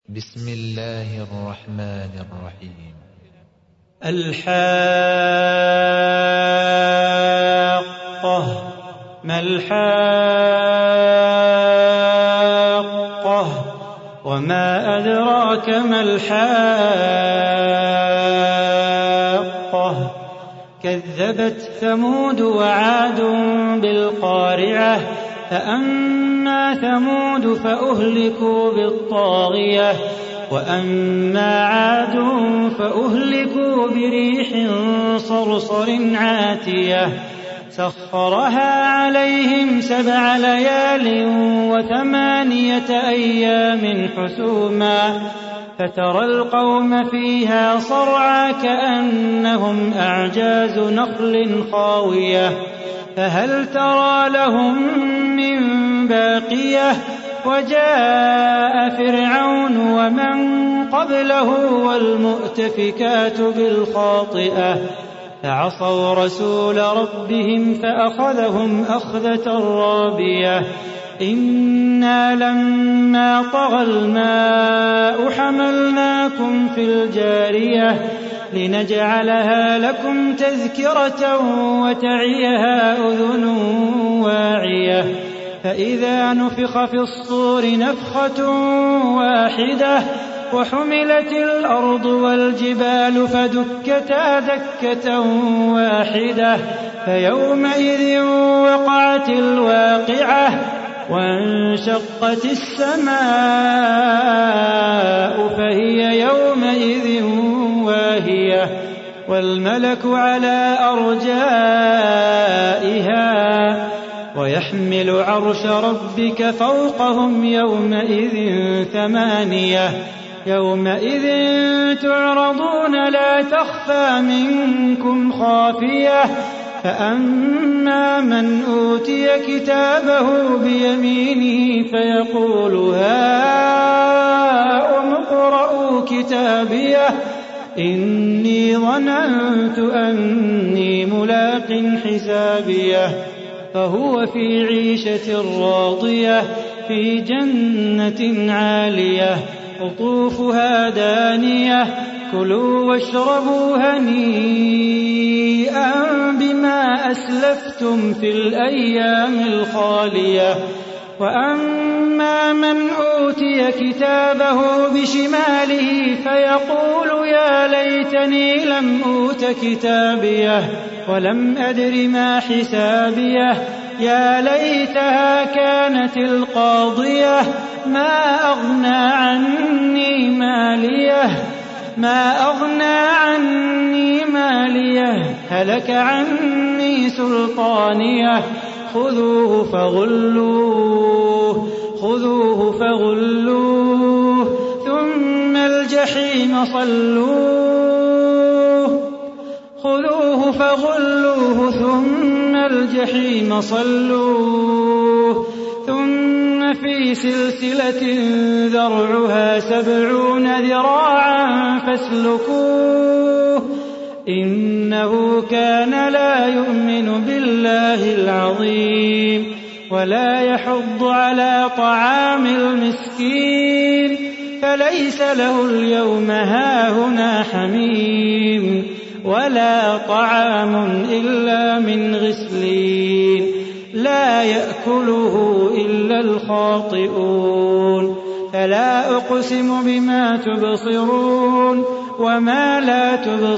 بسم الله الرحمن الرحيم. الحاقة. ما الحاقة وما أدراك ما الحاقة. كذبت ثمود وعاد بالقارعة. فأما ثمود فأهلكوا بالطاغية وأما عاد فأهلكوا بريح صرصر عاتية سخرها عليهم 7 ليال و8 أيام حسوما فترى القوم فيها صرعى كأنهم أعجاز نخل خاوية فهل ترى لهم من باقية. وجاء فرعون ومن قبله والمؤتفكات بالخاطئة فعصوا رسول ربهم فأخذهم أخذة رابية. إنا لما طغى الماء حملناكم في الجارية لنجعلها لكم تذكرة وتعيها أذن واعية. فإذا نفخ في الصور نفخة واحدة وحملت الأرض والجبال فدكتا دكة واحدة فيومئذ وقعت الواقعة وانشقت السماء فهي يومئذ واهية والملك على أرجائها ويحمل عرش ربك فوقهم يومئذ 8 يومئذ تعرضون لا تخفى منكم خافية. فأما من أوتي كتابه بيمينه فيقول هاؤم اقرءوا كتابيه إني ظننت أني ملاق حسابيه فهو في عيشة راضية في جنة عالية قطوفها دانية كلوا واشربوا هنيئا بما أسلفتم في الأيام الخالية. وأما من أوتي كتابه بشماله فيقول يا ليتني لم أوت كتابيه ولم أدر ما حسابيه يا ليتها كانت القاضية ما أغنى عني ماليه هلك عني سلطانيه خذوه فغلوه ثم الجحيم صلوه ثم في سلسلة ذرعها 70 ذراعا فاسلكوه إنه كان لا يؤمن بالله العظيم ولا يحض على طعام المسكين فليس له اليوم هاهنا حميم ولا طعام إلا من غسلين لا يأكله إلا الخاطئون. فلا أقسم بما تبصرون وما لا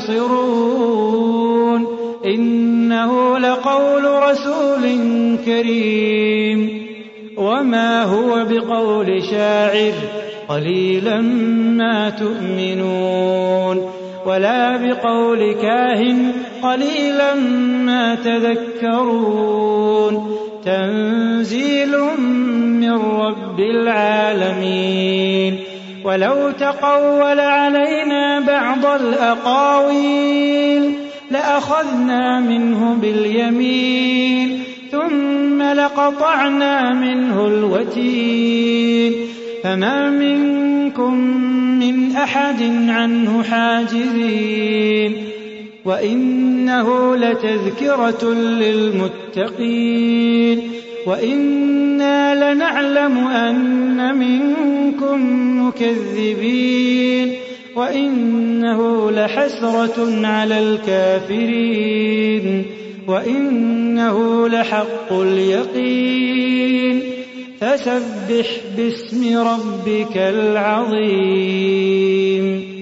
تبصرون إنه لقول رسول كريم وما هو بقول شاعر قليلا ما تؤمنون ولا بقول كاهن قليلا ما تذكرون تنزيل من رب العالمين. ولو تقول علينا بعض الأقاويل لأخذنا منه باليمين ثم لقطعنا منه الوتين فما منكم من أحد عنه حاجزين وإنه لتذكرة للمتقين وإنا لنعلم أن منكم مكذبين وإنه لحسرة على الكافرين وإنه لحق اليقين فسبح باسم ربك العظيم